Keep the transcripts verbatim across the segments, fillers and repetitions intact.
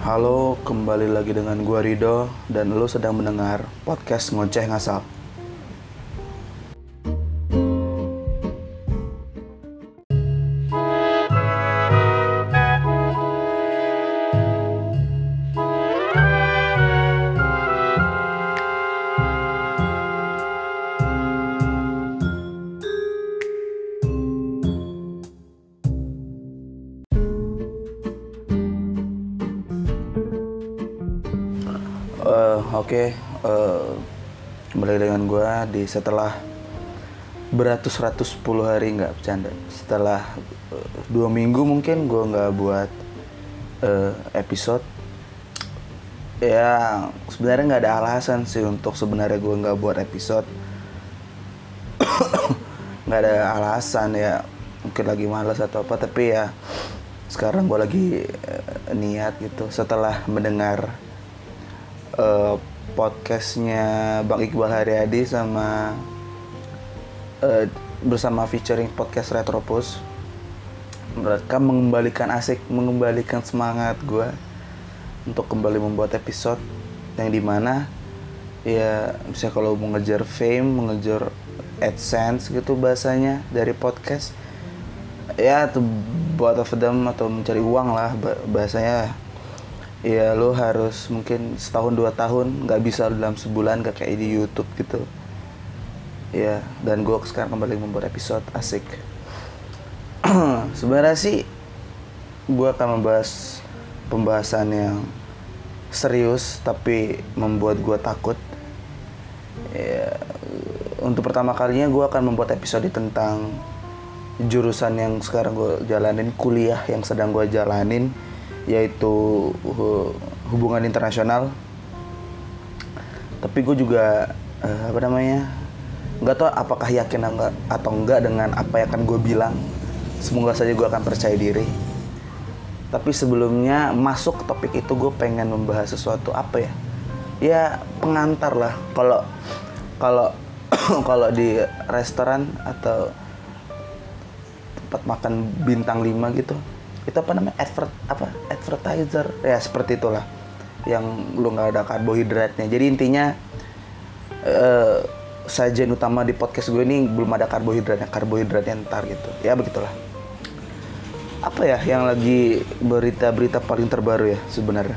Halo, kembali lagi dengan gua Rido dan lu sedang mendengar podcast Ngoceh Ngasal. Uh, Oke, okay. uh, kembali dengan gue di setelah beratus-ratus puluh hari nggak bercanda. Setelah uh, dua minggu mungkin gue nggak buat uh, episode. Ya sebenarnya nggak ada alasan sih untuk sebenarnya gue nggak buat episode. Nggak ada alasan ya. Mungkin lagi malas atau apa. Tapi ya sekarang gue lagi uh, niat gitu setelah mendengar Uh, podcastnya Bang Iqbal Haryadi sama uh, bersama featuring podcast Retropus. Mereka mengembalikan asik, mengembalikan semangat gue untuk kembali membuat episode yang dimana ya misalnya kalau mau ngejar fame, mengejar AdSense gitu bahasanya dari podcast ya tuh buat of them atau mencari uang lah bahasanya. Ya lo harus mungkin setahun dua tahun, nggak bisa dalam sebulan gak kayak di YouTube gitu. Ya dan gue sekarang kembali membuat episode asik. Sebenarnya sih gue akan membahas pembahasan yang serius tapi membuat gue takut. Ya, untuk pertama kalinya gue akan membuat episode tentang jurusan yang sekarang gue jalanin, kuliah yang sedang gue jalanin, yaitu hubungan internasional. Tapi gue juga uh, apa namanya nggak tahu apakah yakin enggak atau enggak dengan apa yang akan gue bilang. Semoga saja gue akan percaya diri. Tapi sebelumnya masuk ke topik itu, gue pengen membahas sesuatu apa ya ya pengantar lah. Kalau kalau kalau di restoran atau tempat makan bintang lima gitu, itu apa namanya advert apa advertiser ya seperti itulah, yang lu nggak ada karbohidratnya. Jadi intinya uh, sajian utama di podcast gue ini belum ada karbohidratnya, karbohidratnya ntar gitu ya, begitulah. Apa ya yang lagi berita-berita paling terbaru ya sebenarnya?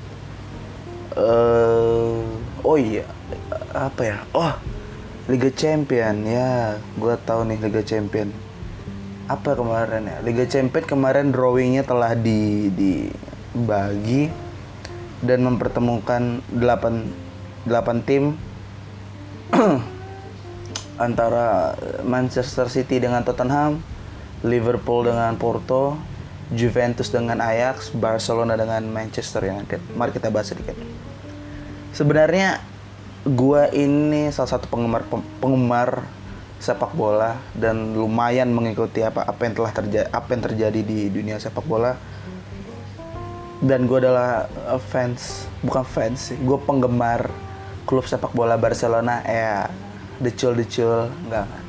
Uh, oh iya apa ya oh Liga Champion ya, gue tahu nih Liga Champion. Apa kemarin ya Liga Champions kemarin drawingnya telah di dibagi dan mempertemukan delapan tim antara Manchester City dengan Tottenham, Liverpool dengan Porto, Juventus dengan Ajax, Barcelona dengan Manchester United. Mari kita bahas sedikit. Sebenarnya gua ini salah satu penggemar penggemar sepak bola dan lumayan mengikuti apa apa yang telah terjadi apa yang terjadi di dunia sepak bola. Dan gue adalah fans bukan fans sih gue penggemar klub sepak bola Barcelona ya, decul-decul enggak kan.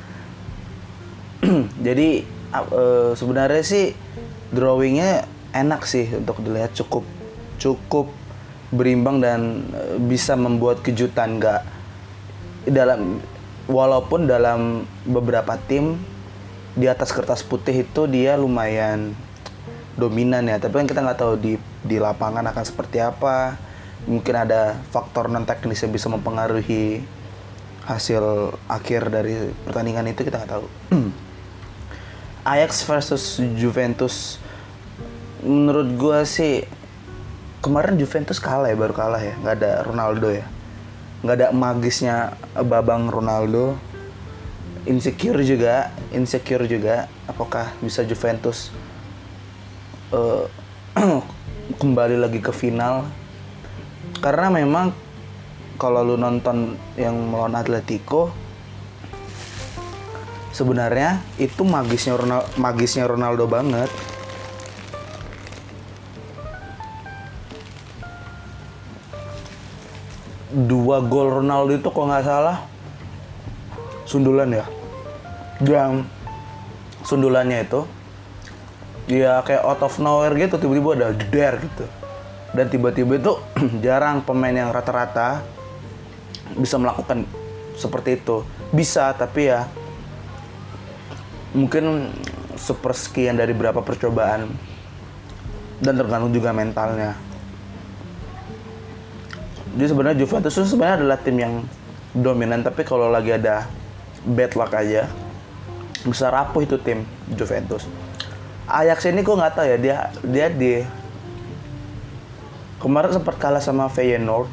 Jadi uh, sebenarnya sih drawingnya enak sih untuk dilihat, cukup cukup berimbang dan uh, bisa membuat kejutan. Enggak dalam walaupun dalam beberapa tim di atas kertas putih itu dia lumayan dominan ya, tapi kan kita nggak tahu di di lapangan akan seperti apa. Mungkin ada faktor non teknis yang bisa mempengaruhi hasil akhir dari pertandingan itu, kita nggak tahu. Ajax versus Juventus, menurut gue sih kemarin Juventus kalah ya, baru kalah ya, nggak ada Ronaldo ya. Nggak ada magisnya babang Ronaldo. Insecure juga, insecure juga. Apakah bisa Juventus uh, kembali lagi ke final? Karena memang kalau lu nonton yang melawan Atletico, sebenarnya itu magisnya Ronaldo, magisnya Ronaldo banget. Dua gol Ronaldo itu kalau nggak salah sundulan ya, yang sundulannya itu ya kayak out of nowhere gitu, tiba-tiba ada der gitu. Dan tiba-tiba itu jarang pemain yang rata-rata bisa melakukan seperti itu. Bisa, tapi ya mungkin sepersekian dari berapa percobaan, dan tergantung juga mentalnya. Jadi sebenarnya Juventus itu sebenarnya adalah tim yang dominan, tapi kalau lagi ada bad luck aja bisa rapuh itu tim Juventus. Ajax ini gue nggak tahu ya, dia dia di kemarin sempat kalah sama Feyenoord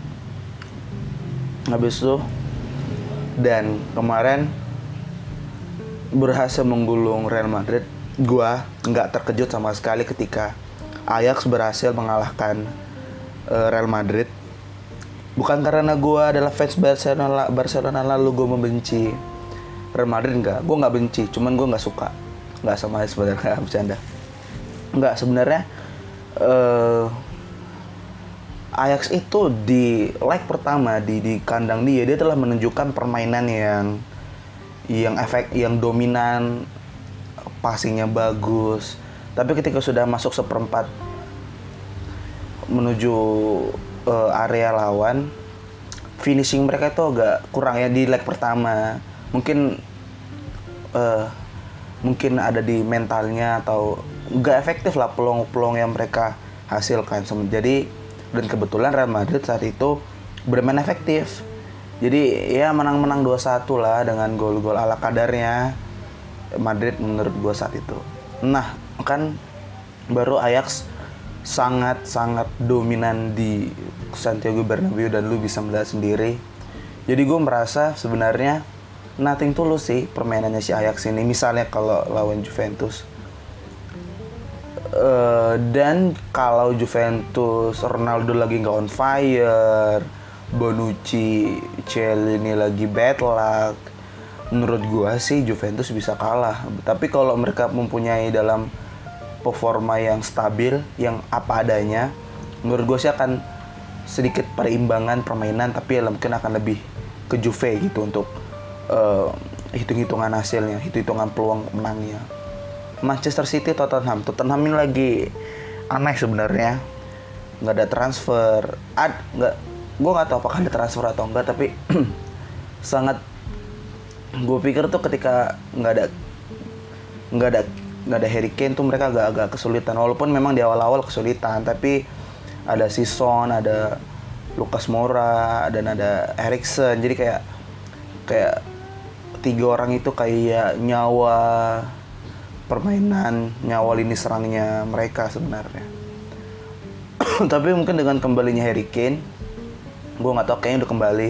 habis itu, dan kemarin berhasil menggulung Real Madrid. Gua nggak terkejut sama sekali ketika Ajax berhasil mengalahkan uh, Real Madrid. Bukan karena gua adalah fans Barcelona, Barcelona lalu gua membenci Real Madrid, enggak. Gua nggak benci, cuman gua nggak suka. Nggak sama sebenarnya, bercanda. Nggak, sebenarnya uh, Ajax itu di leg pertama di di kandang dia dia telah menunjukkan permainan yang yang efek yang dominan, passingnya bagus. Tapi ketika sudah masuk seperempat menuju uh, area lawan, finishing mereka itu agak kurang ya di leg pertama. Mungkin uh, mungkin ada di mentalnya atau nggak efektif lah peluang-peluang yang mereka hasilkan. Jadi, dan kebetulan Real Madrid saat itu bermain efektif. Jadi ya menang-menang dua satu lah dengan gol-gol ala kadarnya Madrid menurut gue saat itu. Nah, kan baru Ajax sangat-sangat dominan di Santiago Bernabeu dan lu bisa melihat sendiri. Jadi gue merasa sebenarnya nothing tulus sih permainannya si Ajax ini. Misalnya kalau lawan Juventus. Uh, dan kalau Juventus Ronaldo lagi nggak on fire, Bonucci, Chiellini lagi bad luck, menurut gua sih Juventus bisa kalah. Tapi kalau mereka mempunyai dalam performa yang stabil, yang apa adanya, menurut gua sih akan sedikit perimbangan permainan, tapi ya mungkin akan lebih ke Juve gitu untuk uh, hitung-hitungan hasilnya, hitung-hitungan peluang menangnya. Manchester City, Tottenham. Tottenham ini lagi aneh sebenarnya, nggak ada transfer. Ad, nggak, gue nggak tahu apakah ada transfer atau enggak, tapi sangat. Gue pikir tuh ketika nggak ada, nggak ada, nggak ada Harry Kane tuh mereka agak-agak kesulitan. Walaupun memang di awal-awal kesulitan, tapi ada Son, ada Lucas Moura, dan ada Eriksen. Jadi kayak, kayak tiga orang itu kayak nyawa permainan, nyawa lini serangnya mereka sebenarnya. Tapi mungkin dengan kembalinya Harry Kane, gue nggak tahu, kayaknya udah kembali,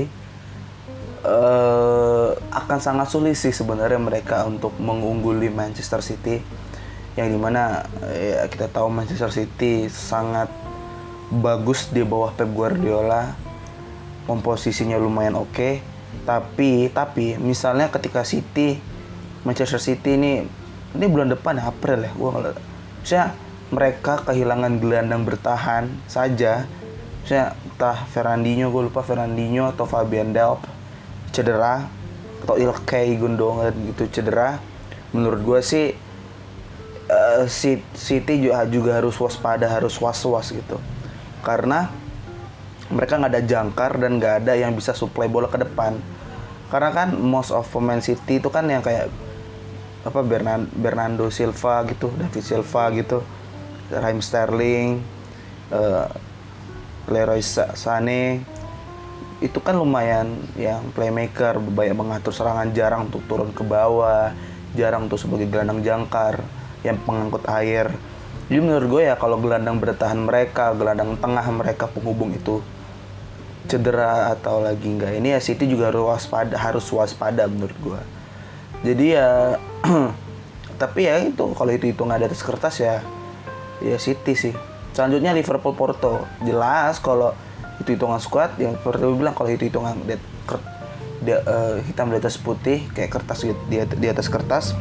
uh, akan sangat sulit sih sebenarnya mereka untuk mengungguli Manchester City, yang dimana ya, kita tahu Manchester City sangat bagus di bawah Pep Guardiola, komposisinya lumayan oke. Okay. Tapi tapi misalnya ketika City, Manchester City ini ini bulan depan April ya, gue ngeliat, misalnya mereka kehilangan gelandang bertahan saja, misalnya entah Fernandinho, gue lupa Fernandinho atau Fabian Delph cedera, atau Ilkay Gundogan gitu cedera, menurut gue sih uh, City juga, juga harus waspada, harus was-was gitu, karena mereka nggak ada jangkar dan nggak ada yang bisa supply bola ke depan. Karena kan most of pemain City itu kan yang kayak apa Bernardo, Bernardo Silva gitu, David Silva gitu, Raheem Sterling, uh, Leroy Sané, itu kan lumayan yang playmaker, banyak mengatur serangan, jarang untuk turun ke bawah, jarang untuk sebagai gelandang jangkar yang pengangkut air. Jadi menurut gue ya kalau gelandang bertahan mereka, gelandang tengah mereka, penghubung itu cedera atau lagi enggak, ini ya City juga harus waspada, harus waspada menurut gue. Jadi ya tapi ya itu kalau itu hitung ada di atas kertas ya ya City sih. Selanjutnya Liverpool Porto. Jelas kalau itu hitungan squad yang seperti gue bilang, kalau itu hitungan di, di, uh, hitam di atas putih kayak kertas gitu, di, di atas kertas,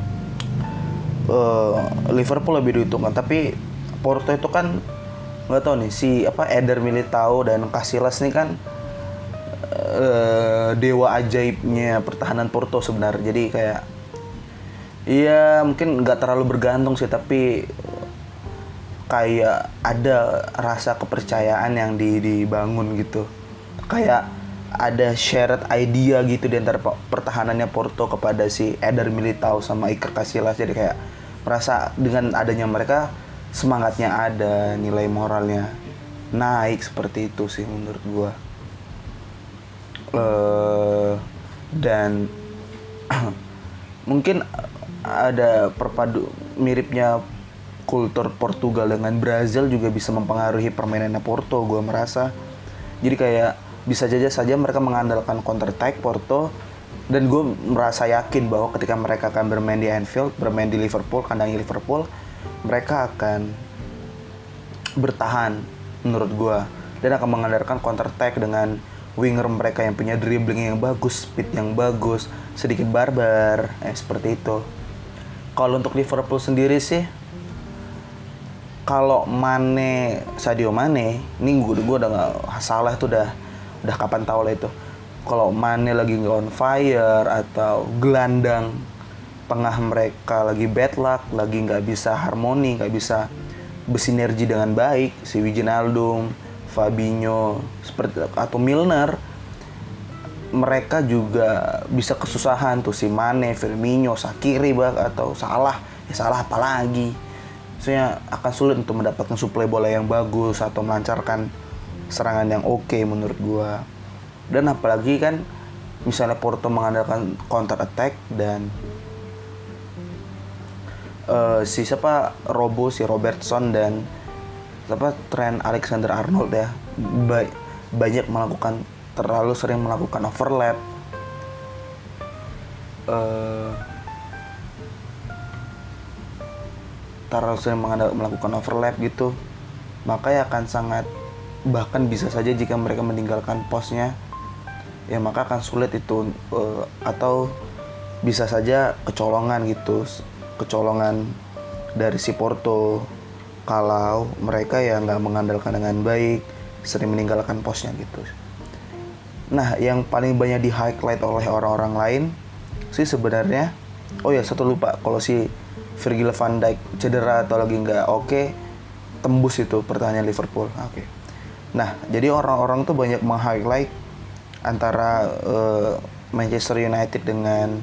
uh, Liverpool lebih diuntungkan. Tapi Porto itu kan nggak tahu nih, si apa Eder Militao dan Casillas nih kan uh, dewa ajaibnya pertahanan Porto sebenarnya. Jadi kayak iya mungkin nggak terlalu bergantung sih, tapi kayak ada rasa kepercayaan yang di, dibangun gitu. Kayak ada shared idea gitu di antara pertahanannya Porto kepada si Eder Militao sama Iker Casillas. Jadi kayak merasa dengan adanya mereka semangatnya ada, nilai moralnya naik, seperti itu sih menurut gua. Uh, dan mungkin ada perpadu miripnya kultur Portugal dengan Brazil juga bisa mempengaruhi permainannya Porto, gue merasa. Jadi kayak bisa saja saja mereka mengandalkan counter attack Porto, dan gue merasa yakin bahwa ketika mereka akan bermain di Anfield, bermain di Liverpool, kandangnya Liverpool, mereka akan bertahan menurut gue, dan akan mengandalkan counter attack dengan winger mereka yang punya dribbling yang bagus, speed yang bagus, sedikit barbar, eh seperti itu. Kalau untuk Liverpool sendiri sih, kalau Mane, Sadio Mane, ini gue, gue udah nggak salah tuh, udah udah kapan tahu lah itu. Kalau Mane lagi nggak on fire atau gelandang tengah mereka lagi bad luck, lagi nggak bisa harmoni, nggak bisa bersinergi dengan baik, si Wijnaldum, Fabinho, seperti atau Milner, mereka juga bisa kesusahan tuh si Mane, Firmino, Shaqiri bah atau Salah, ya Salah apalagi. Maksudnya akan sulit untuk mendapatkan suplai bola yang bagus atau melancarkan serangan yang oke okay menurut gua. Dan apalagi kan misalnya Porto mengandalkan counter attack dan uh, si siapa Robo, si Robertson dan siapa Trent Alexander-Arnold ya ba- banyak melakukan terlalu sering melakukan overlap. Uh, terlalu sering melakukan overlap gitu, maka ya akan sangat, bahkan bisa saja jika mereka meninggalkan posnya ya maka akan sulit itu uh, atau bisa saja kecolongan gitu, kecolongan dari si Porto kalau mereka ya nggak mengandalkan dengan baik, sering meninggalkan posnya gitu. Nah, yang paling banyak di highlight oleh orang-orang lain sih sebenarnya, oh ya satu lupa, kalau si Virgil van Dijk cedera atau lagi nggak oke, okay, tembus itu pertahanan Liverpool. Oke. Okay. Nah, jadi orang-orang tuh banyak meng-highlight antara uh, Manchester United dengan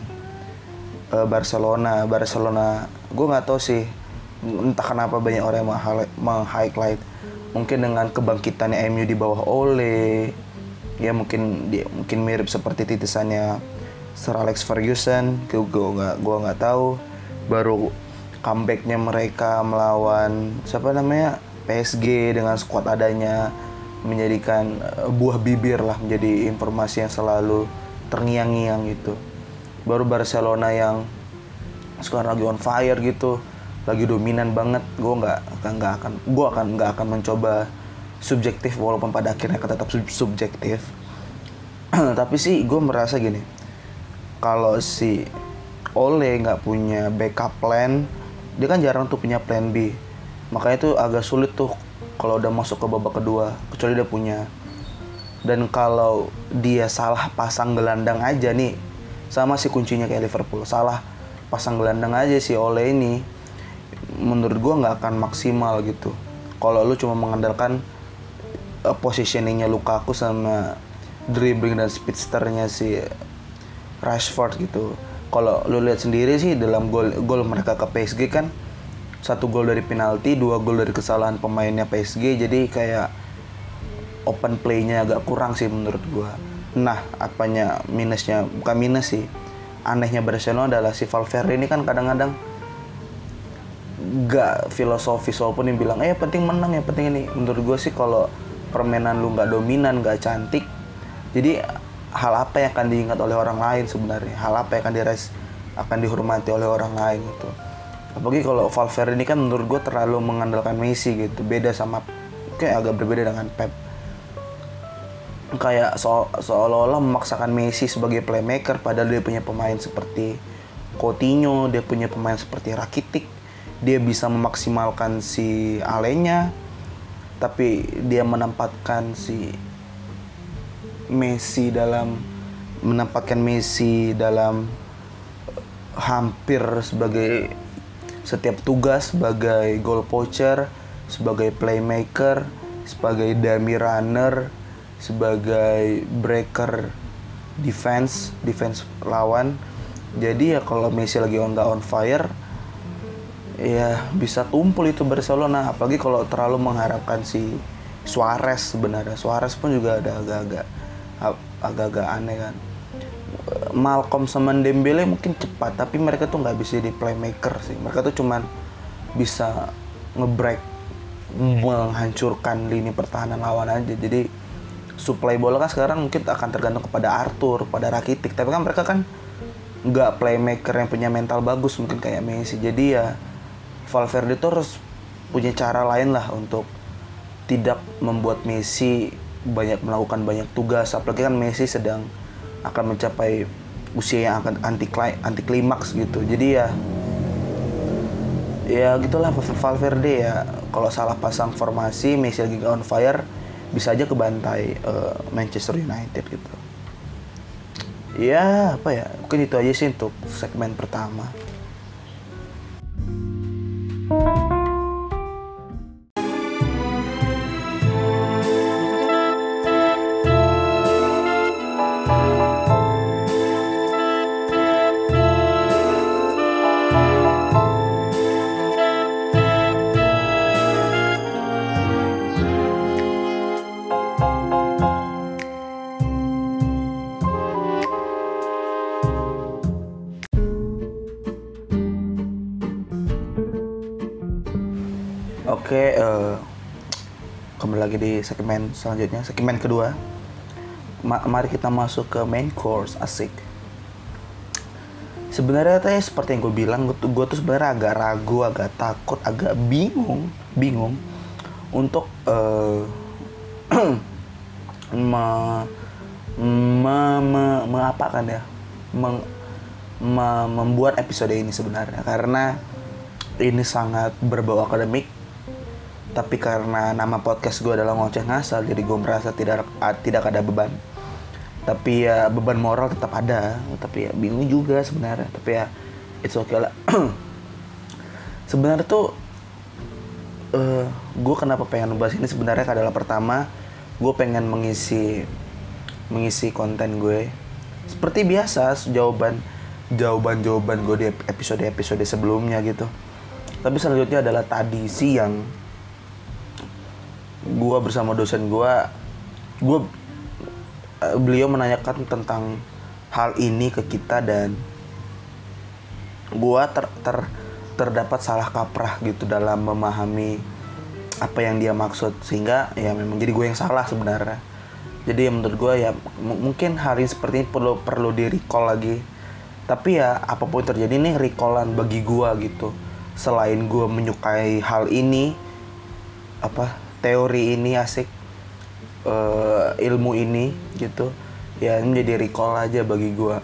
uh, Barcelona. Barcelona, gue nggak tahu sih, entah kenapa banyak orang yang meng-highlight. Mungkin dengan kebangkitannya M U di bawah Ole, ya mungkin dia mungkin mirip seperti titisannya Sir Alex Ferguson. Gue nggak, gue nggak tahu. Baru comebacknya mereka melawan siapa namanya P S G dengan skuad adanya menjadikan uh, buah bibir lah, menjadi informasi yang selalu terngiang-ngiang gitu. Baru Barcelona yang sekarang lagi on fire gitu, lagi dominan banget. Gue nggak akan nggak akan gue akan nggak akan mencoba subjektif, walaupun pada akhirnya akan tetap sub- subjektif. Tapi sih gue merasa gini, kalau si Ole nggak punya backup plan, dia kan jarang tuh punya plan B, makanya tuh agak sulit tuh kalau udah masuk ke babak kedua, kecuali dia punya. Dan kalau dia salah pasang gelandang aja nih, sama sih kuncinya kayak Liverpool, salah pasang gelandang aja si Ole ini, menurut gue nggak akan maksimal gitu. Kalau lu cuma mengandalkan uh, positioningnya Lukaku sama dribbling dan speedsternya si Rashford gitu. Kalau lu lihat sendiri sih dalam gol gol mereka ke P S G kan, satu gol dari penalti, dua gol dari kesalahan pemainnya P S G. Jadi kayak open play-nya agak kurang sih menurut gua. Nah, apanya minusnya, bukan minus sih, anehnya Barcelona adalah si Valverde ini kan kadang-kadang gak filosofis, walaupun yang bilang eh penting menang ya penting ini. Menurut gua sih kalau permainan lu gak dominan, gak cantik, jadi hal apa yang akan diingat oleh orang lain sebenarnya, hal apa yang akan dires akan dihormati oleh orang lain gitu. Apalagi kalau Valverde ini kan menurut gue terlalu mengandalkan Messi gitu, beda sama, kayak agak berbeda dengan Pep. Kayak so- seolah-olah memaksakan Messi sebagai playmaker, padahal dia punya pemain seperti Coutinho, dia punya pemain seperti Rakitic, dia bisa memaksimalkan si Alenya, tapi dia menempatkan si Messi dalam menempatkan Messi dalam hampir sebagai setiap tugas sebagai goal poacher, sebagai playmaker, sebagai dummy runner, sebagai breaker defense, defense lawan. Jadi ya kalau Messi lagi on on fire, ya bisa tumpul itu Barcelona. Apalagi kalau terlalu mengharapkan si Suarez sebenarnya. Suarez pun juga ada agak-agak agak-agak aneh kan. Malcolm sama Dembele mungkin cepat, tapi mereka tuh nggak bisa di playmaker sih. Mereka tuh cuman bisa ngebreak, menghancurkan lini pertahanan lawan aja. Jadi suplai bola kan sekarang mungkin akan tergantung kepada Arthur, pada Rakitic. Tapi kan mereka kan nggak playmaker yang punya mental bagus mungkin kayak Messi. Jadi ya Valverde tuh harus punya cara lain lah untuk tidak membuat Messi banyak melakukan banyak tugas. Apalagi kan Messi sedang akan mencapai usia yang akan anti anti klimaks gitu. Jadi ya ya gitulah Valverde ya. Kalau salah pasang formasi, Messi lagi on fire, bisa aja kebantai uh, Manchester United gitu. Ya apa ya, mungkin itu aja sih untuk segmen pertama. Oke, uh, kembali lagi di segmen selanjutnya, segmen kedua. Ma- mari kita masuk ke main course, asik. Sebenarnya teh seperti yang gue bilang, gue tuh, gue tuh sebenarnya agak ragu, agak takut, agak bingung, bingung untuk uh, me, me, me, me apa kan ya, meng, me, membuat episode ini sebenarnya karena ini sangat berbau akademik. Tapi karena nama podcast gue adalah ngoceh ngasal, jadi gue merasa tidak tidak ada beban. Tapi ya beban moral tetap ada. Tapi ya bingung juga sebenarnya. Tapi ya it's okay lah. Sebenarnya tuh uh, gue kenapa pengen membahas ini sebenarnya adalah pertama, gue pengen mengisi mengisi konten gue seperti biasa, jawaban jawaban jawaban gue di episode episode sebelumnya gitu. Tapi selanjutnya adalah tadi siang gue bersama dosen gue, gue beliau menanyakan tentang hal ini ke kita dan gue ter, ter terdapat salah kaprah gitu dalam memahami apa yang dia maksud, sehingga ya memang jadi gue yang salah sebenarnya. Jadi ya menurut gue ya m- mungkin hari seperti ini perlu perlu di recall lagi. Tapi ya apapun terjadi nih recallan bagi gue gitu. Selain gue menyukai hal ini, apa teori ini asik, uh, ilmu ini gitu ya, ini menjadi recall aja bagi gue.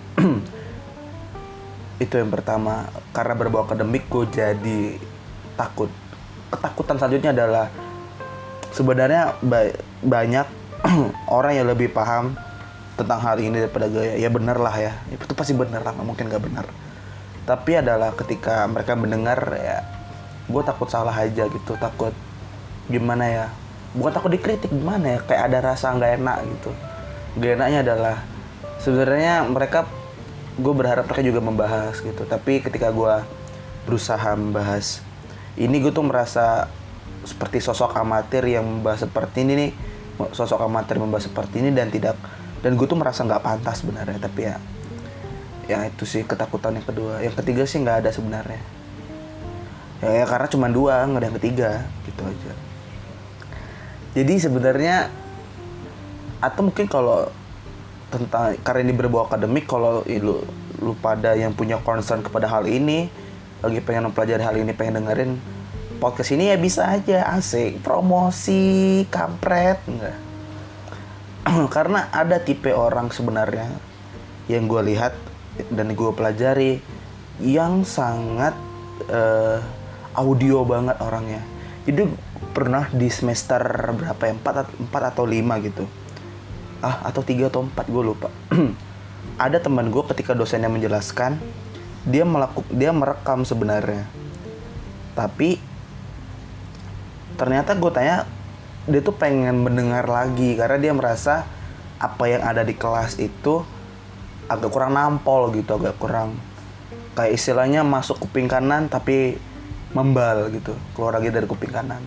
Itu yang pertama. Karena berbau akademik, gue jadi takut. Ketakutan selanjutnya adalah sebenarnya ba- banyak orang yang lebih paham tentang hal ini daripada gue. Ya bener lah ya, itu pasti bener lah, gak mungkin gak bener. Tapi adalah ketika mereka mendengar ya, gue takut salah aja gitu. Takut gimana ya, bukan takut dikritik, gimana ya, kayak ada rasa nggak enak gitu. Gak enaknya adalah sebenarnya mereka, gue berharap mereka juga membahas gitu. Tapi ketika gue berusaha membahas ini, gue tuh merasa seperti sosok amatir yang membahas seperti ini nih, sosok amatir membahas seperti ini dan tidak, dan gue tuh merasa nggak pantas sebenarnya. Tapi ya ya itu sih ketakutan yang kedua. Yang ketiga sih nggak ada sebenarnya ya, ya karena cuma dua, nggak ada yang ketiga gitu aja. Jadi sebenarnya, atau mungkin kalau tentang, karena ini berbau akademik, kalau lu, lu pada yang punya concern kepada hal ini, lagi pengen mempelajari hal ini, pengen dengerin podcast ini, ya bisa aja, asik, promosi, kampret, enggak. Karena ada tipe orang sebenarnya yang gue lihat dan gue pelajari yang sangat uh, audio banget orangnya. Jadi pernah di semester berapa ya, empat atau lima gitu, ah atau tiga atau empat, gue lupa. Ada teman gue ketika dosennya menjelaskan, dia melakukan dia merekam sebenarnya, tapi ternyata gue tanya, dia tuh pengen mendengar lagi karena dia merasa apa yang ada di kelas itu agak kurang nampol gitu, agak kurang kayak istilahnya masuk kuping kanan tapi membal gitu, keluar lagi dari kuping kanan.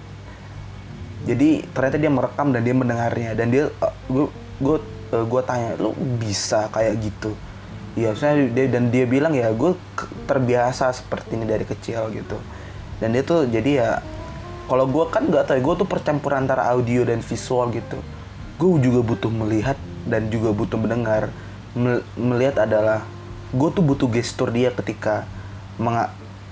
Jadi ternyata dia merekam dan dia mendengarnya, dan dia gue gue gue tanya, lu bisa kayak gitu? Ya saya dia, dan dia bilang ya gue terbiasa seperti ini dari kecil gitu. Dan dia tuh jadi ya, kalau gue kan nggak tahu, gue tuh percampuran antara audio dan visual gitu. Gue juga butuh melihat dan juga butuh mendengar. Melihat adalah gue tuh butuh gestur dia ketika meng-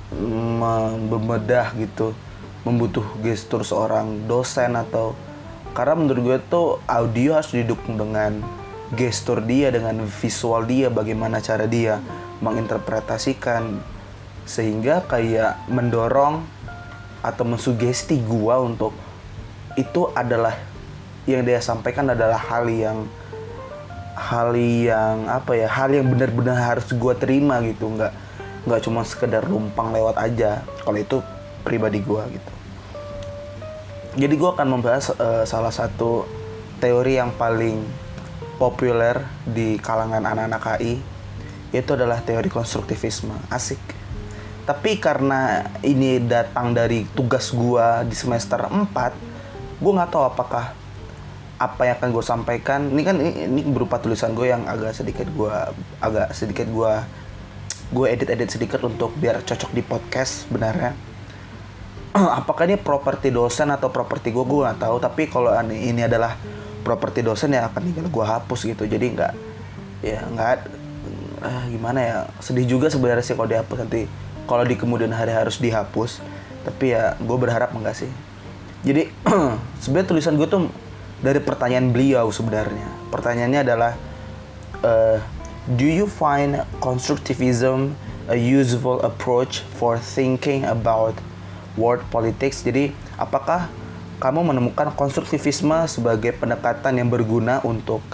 membedah gitu, membutuh gestur seorang dosen, atau karena menurut gue tuh audio harus didukung dengan gestur dia, dengan visual dia, bagaimana cara dia menginterpretasikan, sehingga kayak mendorong atau mensugesti gue untuk itu adalah yang dia sampaikan adalah hal yang hal yang apa ya hal yang benar-benar harus gue terima gitu, nggak nggak cuma sekedar numpang lewat aja kalau itu pribadi gue gitu. Jadi gue akan membahas uh, salah satu teori yang paling populer di kalangan anak-anak K I, yaitu adalah teori konstruktivisme. Asik. Tapi karena ini datang dari tugas gue di semester empat, gue nggak tahu apakah apa yang akan gue sampaikan ini kan ini, ini berupa tulisan gue yang agak sedikit gue agak sedikit gue gue edit-edit sedikit untuk biar cocok di podcast sebenarnya. Apakah ini properti dosen atau properti gue, gue nggak tahu. Tapi kalau ini adalah properti dosen ya akan tinggal gue hapus gitu. Jadi nggak ya nggak eh, gimana ya, sedih juga sebenarnya sih kalau dihapus nanti. Kalau di kemudian hari harus dihapus, tapi ya gue berharap enggak sih. Jadi sebenarnya tulisan gue tuh dari pertanyaan beliau sebenarnya. Pertanyaannya adalah, uh, do you find constructivism a useful approach for thinking about world politics? Jadi, apakah kamu menemukan konstruktivisme sebagai pendekatan yang berguna untuk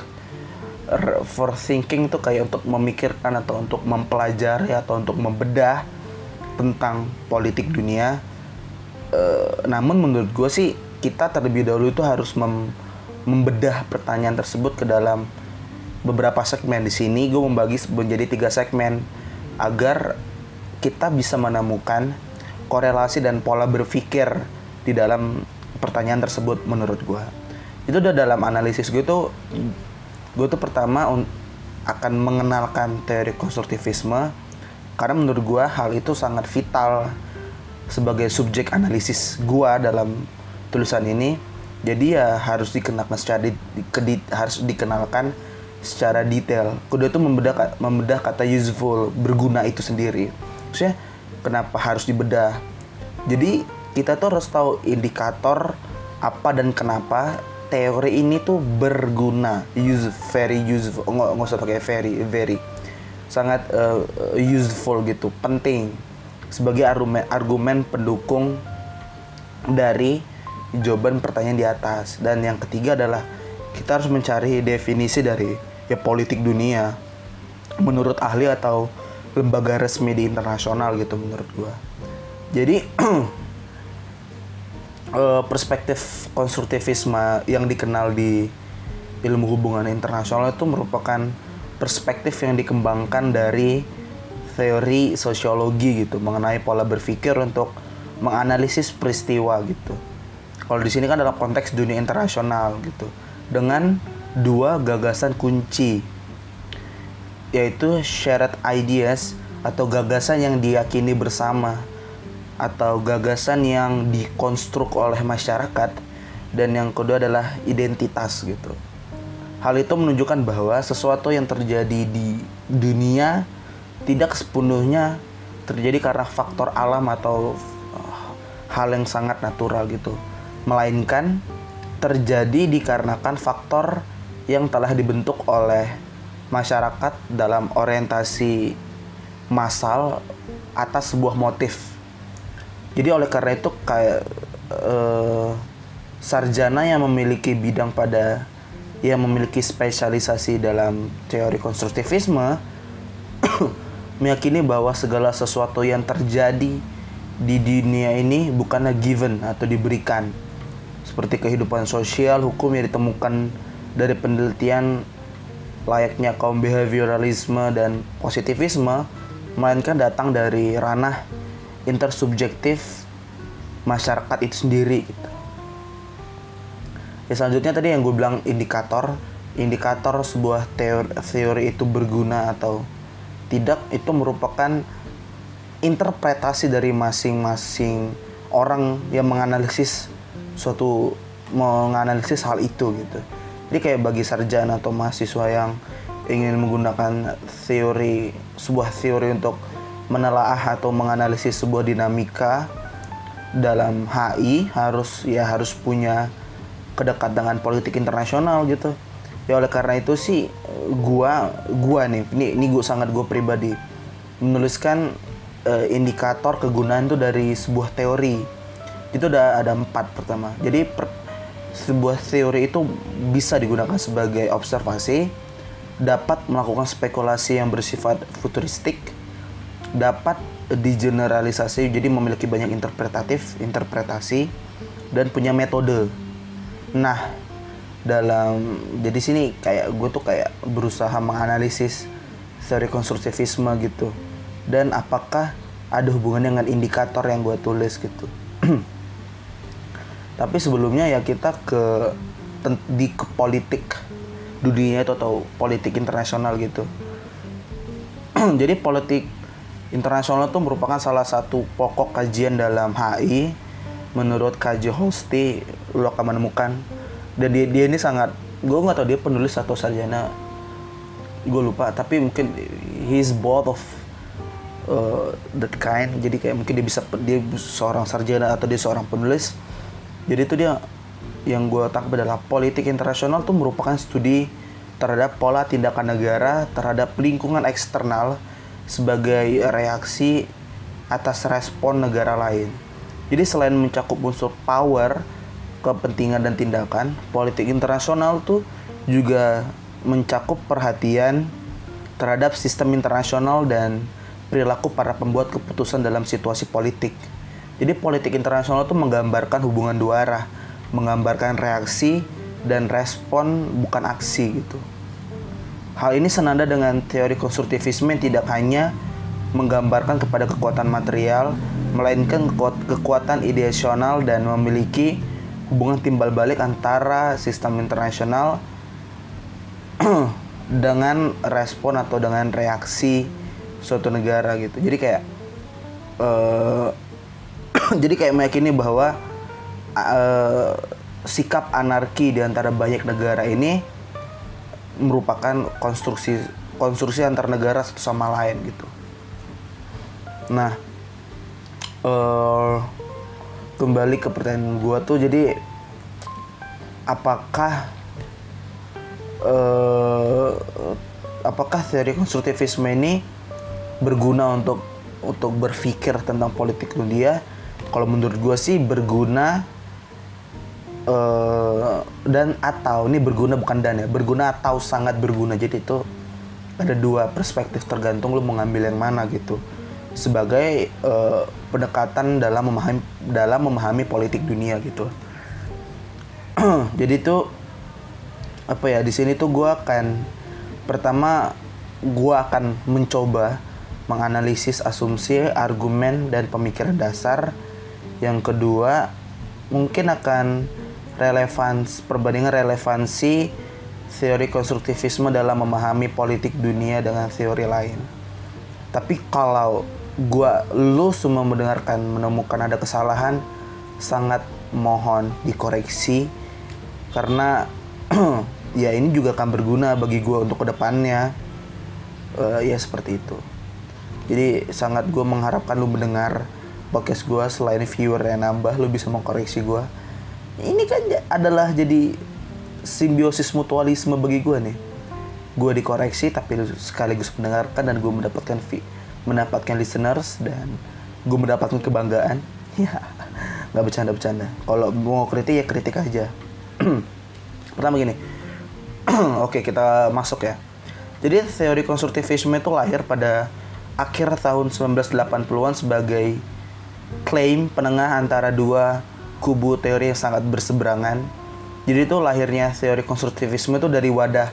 for thinking itu kayak untuk memikirkan atau untuk mempelajari atau untuk membedah tentang politik dunia? Uh, namun menurut gue sih kita terlebih dahulu itu harus mem membedah pertanyaan tersebut ke dalam beberapa segmen. Di sini gue membagi menjadi tiga segmen agar kita bisa menemukan korelasi dan pola berpikir di dalam pertanyaan tersebut. Menurut gue itu udah dalam analisis gue tuh gue tuh pertama un- akan mengenalkan teori konstruktivisme, karena menurut gue hal itu sangat vital sebagai subjek analisis gue dalam tulisan ini. Jadi ya harus dikenalkan secara di, di, harus dikenalkan secara detail. Kedua itu membedah membedah kata useful, berguna itu sendiri. Maksudnya kenapa harus dibedah? Jadi kita tuh harus tahu indikator apa dan kenapa teori ini tuh berguna, use very useful. Nggak nggak usah pakai very, very sangat uh, useful gitu, penting sebagai argumen argumen pendukung dari jawaban pertanyaan di atas. Dan yang ketiga adalah kita harus mencari definisi dari ya politik dunia menurut ahli atau lembaga resmi di internasional gitu menurut gua. Jadi perspektif konstruktivisme yang dikenal di ilmu hubungan internasional itu merupakan perspektif yang dikembangkan dari teori sosiologi gitu mengenai pola berpikir untuk menganalisis peristiwa gitu. Kalau di sini kan dalam konteks dunia internasional gitu, dengan dua gagasan kunci, yaitu shared ideas atau gagasan yang diyakini bersama, atau gagasan yang dikonstruk oleh masyarakat, dan yang kedua adalah identitas gitu. Hal itu menunjukkan bahwa sesuatu yang terjadi di dunia tidak sepenuhnya terjadi karena faktor alam atau uh, hal yang sangat natural gitu, melainkan terjadi dikarenakan faktor yang telah dibentuk oleh masyarakat dalam orientasi massal atas sebuah motif. Jadi oleh karena itu kayak eh, sarjana yang memiliki bidang pada yang memiliki spesialisasi dalam teori konstruktivisme meyakini bahwa segala sesuatu yang terjadi di dunia ini bukanlah given atau diberikan, seperti kehidupan sosial, hukum yang ditemukan dari penelitian layaknya kaum behavioralisme dan positivisme, melainkan datang dari ranah intersubjektif masyarakat itu sendiri gitu. Ya, selanjutnya tadi yang gue bilang indikator indikator sebuah teori, teori itu berguna atau tidak itu merupakan interpretasi dari masing-masing orang yang menganalisis suatu menganalisis hal itu gitu. Jadi kayak bagi sarjana atau mahasiswa yang ingin menggunakan teori sebuah teori untuk menelaah atau menganalisis sebuah dinamika dalam H I harus ya harus punya kedekat dengan politik internasional gitu. Ya oleh karena itu sih gua gua nih ini ini gua sangat gua pribadi menuliskan uh, indikator kegunaan itu dari sebuah teori. Itu udah ada empat pertama. Jadi per, sebuah teori itu bisa digunakan sebagai observasi, dapat melakukan spekulasi yang bersifat futuristik, dapat digeneralisasi jadi memiliki banyak interpretatif interpretasi dan punya metode. Nah, dalam jadi sini kayak gue tuh kayak berusaha menganalisis teori konstruktivisme gitu, dan apakah ada hubungannya dengan indikator yang gue tulis gitu. Tapi sebelumnya ya kita ke di ke politik dunia itu atau politik internasional gitu. Jadi politik internasional itu merupakan salah satu pokok kajian dalam H I. Menurut K J Hosti, lo akan menemukan, dan dia, dia ini sangat, gue nggak tahu dia penulis atau sarjana, gue lupa, tapi mungkin he's both of uh, that kind. Jadi kayak mungkin dia bisa dia seorang sarjana atau dia seorang penulis. Jadi itu dia yang gue tangkap adalah politik internasional itu merupakan studi terhadap pola tindakan negara terhadap lingkungan eksternal sebagai reaksi atas respon negara lain. Jadi selain mencakup unsur power, kepentingan dan tindakan, politik internasional tuh juga mencakup perhatian terhadap sistem internasional dan perilaku para pembuat keputusan dalam situasi politik. Jadi politik internasional itu menggambarkan hubungan dua arah, menggambarkan reaksi dan respon bukan aksi gitu. Hal ini senada dengan teori konstruktivisme yang tidak hanya menggambarkan kepada kekuatan material, melainkan kekuatan ideasional dan memiliki hubungan timbal balik antara sistem internasional dengan respon atau dengan reaksi suatu negara gitu. Jadi kayak uh, jadi kayak meyakini bahwa uh, sikap anarki di antara banyak negara ini merupakan konstruksi konstruksi antar negara satu sama lain gitu. Nah, uh, kembali ke pertanyaan gue tuh, jadi apakah uh, apakah teori konstruktivisme ini berguna untuk untuk berpikir tentang politik dunia? Kalau menurut gue sih berguna, uh, dan atau ini berguna bukan dan ya, berguna atau sangat berguna. Jadi itu ada dua perspektif tergantung lu mau ngambil yang mana gitu. Sebagai uh, pendekatan dalam memahami dalam memahami politik dunia gitu. Jadi itu apa ya, di sini tuh gue akan pertama gue akan mencoba menganalisis asumsi, argumen dan pemikiran dasar. Yang kedua mungkin akan relevans perbandingan relevansi teori konstruktivisme dalam memahami politik dunia dengan teori lain. Tapi kalau gua lu semua mendengarkan menemukan ada kesalahan, sangat mohon dikoreksi karena ya ini juga akan berguna bagi gua untuk kedepannya. Uh, ya seperti itu. Jadi sangat gua mengharapkan lu mendengar podcast gua, selain viewer yang nambah, lu bisa mengkoreksi gua. Ini kan adalah jadi simbiosis mutualisme bagi gua nih. Gue dikoreksi tapi lu sekaligus mendengarkan dan gue mendapatkan fee, mendapatkan listeners dan gue mendapatkan kebanggaan. Ya, nggak bercanda-bercanda. Kalau mau kritik ya kritik aja. Pertama gini, oke kita masuk ya. Jadi teori konstruktivisme itu lahir pada akhir tahun sembilan belas delapan puluhan sebagai klaim penengah antara dua kubu teori yang sangat berseberangan. Jadi itu lahirnya teori konstruktivisme itu dari wadah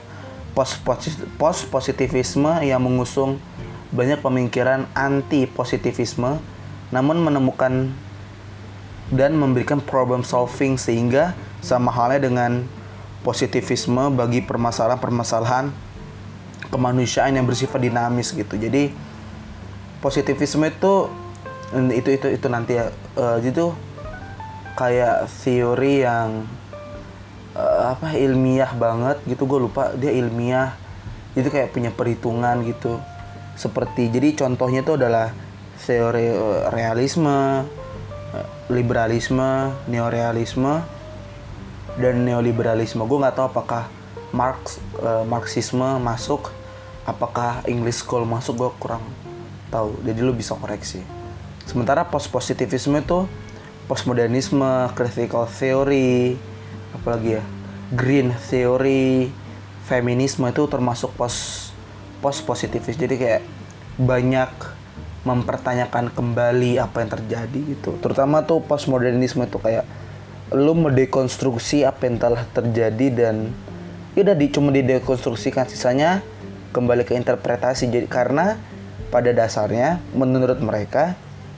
post-positivisme yang mengusung banyak pemikiran anti-positivisme, namun menemukan dan memberikan problem solving, sehingga sama halnya dengan positivisme bagi permasalahan-permasalahan kemanusiaan yang bersifat dinamis gitu. Jadi positivisme itu itu itu itu nanti ya, uh, gitu kayak teori yang uh, apa ilmiah banget gitu. Gue lupa dia ilmiah, itu kayak punya perhitungan gitu. Seperti jadi contohnya itu adalah teori uh, realisme, uh, liberalisme, neorealisme, dan neoliberalisme. Gue nggak tahu apakah Marx, uh, Marxisme masuk, apakah English School masuk, gue kurang tahu. Jadi lu bisa koreksi. Sementara post-positivisme itu postmodernisme, critical theory, apalagi ya, green theory, feminisme itu termasuk post post-positivis. Jadi kayak banyak mempertanyakan kembali apa yang terjadi gitu. Terutama tuh postmodernisme itu kayak lu mendekonstruksi apa yang telah terjadi dan ya udah di, cuma didekonstruksikan, sisanya kembali ke interpretasi. Jadi karena pada dasarnya menurut mereka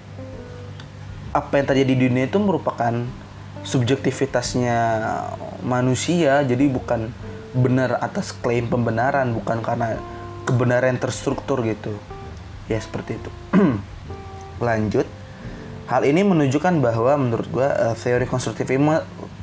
apa yang terjadi di dunia itu merupakan subjektivitasnya manusia, jadi bukan benar atas klaim pembenaran, bukan karena kebenaran terstruktur gitu. Ya seperti itu. Lanjut. Hal ini menunjukkan bahwa menurut gua uh, teori konstruktivisme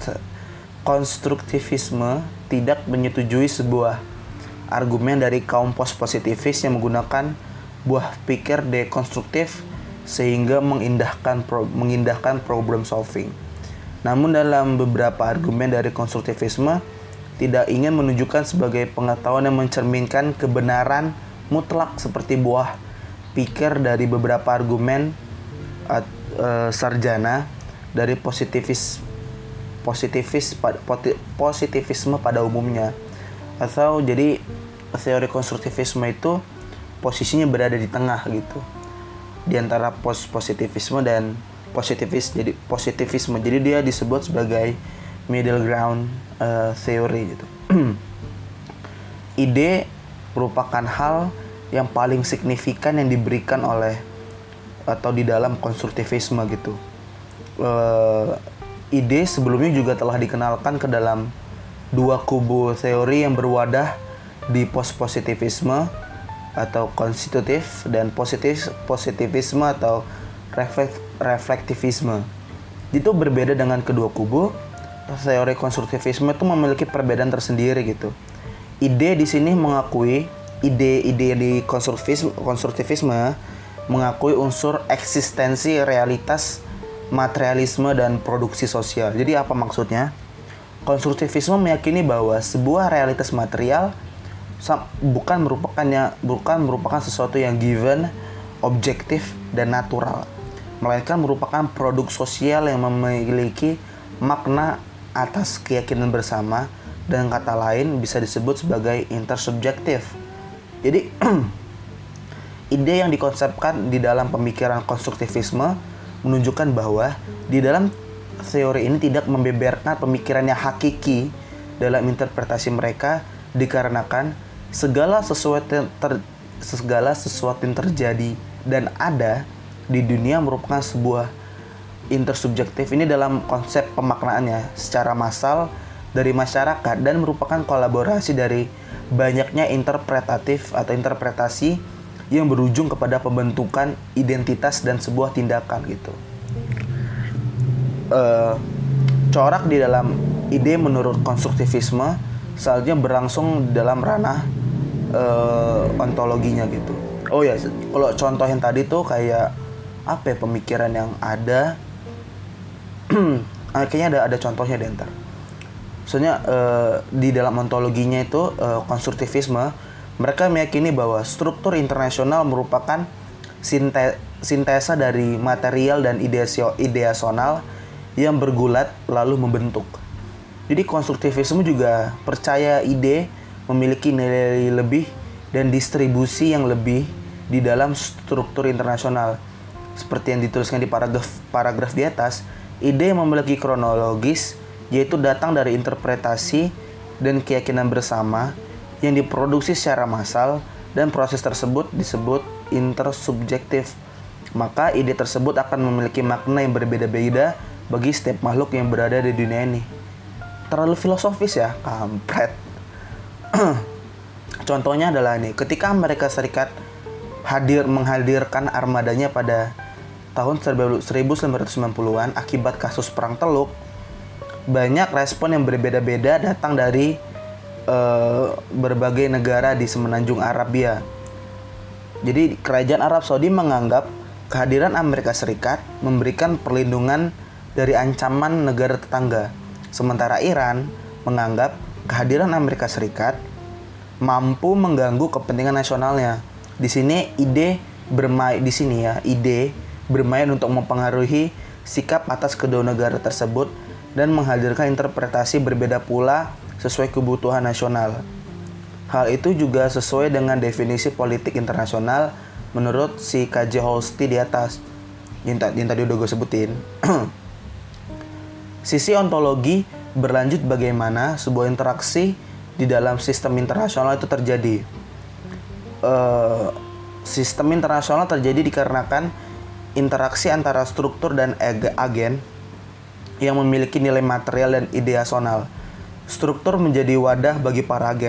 konstruktivisme tidak menyetujui sebuah argumen dari kaum post-positivis yang menggunakan buah pikir dekonstruktif sehingga mengindahkan pro, mengindahkan problem solving. Namun dalam beberapa argumen dari konstruktivisme tidak ingin menunjukkan sebagai pengetahuan yang mencerminkan kebenaran mutlak seperti buah pikir dari beberapa argumen uh, uh, sarjana dari positivis positivis positivisme pada umumnya. Atau jadi teori konstruktivisme itu posisinya berada di tengah gitu, di antara post positivisme dan positivis. Jadi positivisme, jadi dia disebut sebagai middle ground uh, theory gitu. Ide merupakan hal yang paling signifikan yang diberikan oleh atau di dalam konstruktivisme gitu. Uh, ide sebelumnya juga telah dikenalkan ke dalam dua kubu teori yang berwadah di post positivisme atau konstitutif dan positif positivisme atau reflekt, reflektivisme. Itu berbeda dengan kedua kubu. Teori konstruktivisme itu memiliki perbedaan tersendiri gitu. Ide di sini mengakui ide-ide di konstruktivisme, konstruktivisme mengakui unsur eksistensi realitas materialisme dan produksi sosial. Jadi apa maksudnya? Konstruktivisme meyakini bahwa sebuah realitas material bukan merupakannya bukan merupakan sesuatu yang given, objektif dan natural, melainkan merupakan produk sosial yang memiliki makna atas keyakinan bersama, dan kata lain bisa disebut sebagai intersubjektif. Jadi ide yang dikonsepkan di dalam pemikiran konstruktivisme menunjukkan bahwa di dalam teori ini tidak membeberkan pemikiran yang hakiki dalam interpretasi mereka, dikarenakan segala sesuatu yang ter, segala sesuatu yang terjadi dan ada di dunia merupakan sebuah intersubjektif. Ini dalam konsep pemaknaannya secara massal dari masyarakat dan merupakan kolaborasi dari banyaknya interpretatif atau interpretasi yang berujung kepada pembentukan identitas dan sebuah tindakan gitu. Uh, corak di dalam ide menurut konstruktivisme selanjutnya berlangsung dalam ranah uh, ontologinya gitu. Oh ya, kalau contoh yang tadi tuh kayak apa ya, pemikiran yang ada, kayaknya ada ada contohnya deh ntar. Soalnya uh, di dalam ontologinya itu uh, konstruktivisme mereka meyakini bahwa struktur internasional merupakan sinte, sintesa dari material dan ideasional yang bergulat lalu membentuk. Jadi konstruktivisme juga percaya ide memiliki nilai lebih dan distribusi yang lebih di dalam struktur internasional. Seperti yang dituliskan di paragraf paragraf di atas, ide yang memiliki kronologis, yaitu datang dari interpretasi dan keyakinan bersama yang diproduksi secara massal, dan proses tersebut disebut intersubjektif. Maka ide tersebut akan memiliki makna yang berbeda-beda bagi setiap makhluk yang berada di dunia ini. Terlalu filosofis ya, kampret. Contohnya adalah ini, ketika Amerika Serikat hadir menghadirkan armadanya pada tahun seribu sembilan ratus sembilan puluhan akibat kasus Perang Teluk, banyak respon yang berbeda-beda datang dari Uh, berbagai negara di semenanjung Arabia. Jadi kerajaan Arab Saudi menganggap kehadiran Amerika Serikat memberikan perlindungan dari ancaman negara tetangga. Sementara Iran menganggap kehadiran Amerika Serikat mampu mengganggu kepentingan nasionalnya. Di sini ide bermain di sini ya, ide bermain untuk mempengaruhi sikap atas kedua negara tersebut dan menghadirkan interpretasi berbeda pula sesuai kebutuhan nasional. Hal itu juga sesuai dengan definisi politik internasional menurut si K J Holsti di atas yang, yang tadi udah gue sebutin. Sisi ontologi berlanjut bagaimana sebuah interaksi di dalam sistem internasional itu terjadi. Uh, sistem internasional terjadi dikarenakan interaksi antara struktur dan agen yang memiliki nilai material dan ideasional. Struktur menjadi wadah bagi para agen.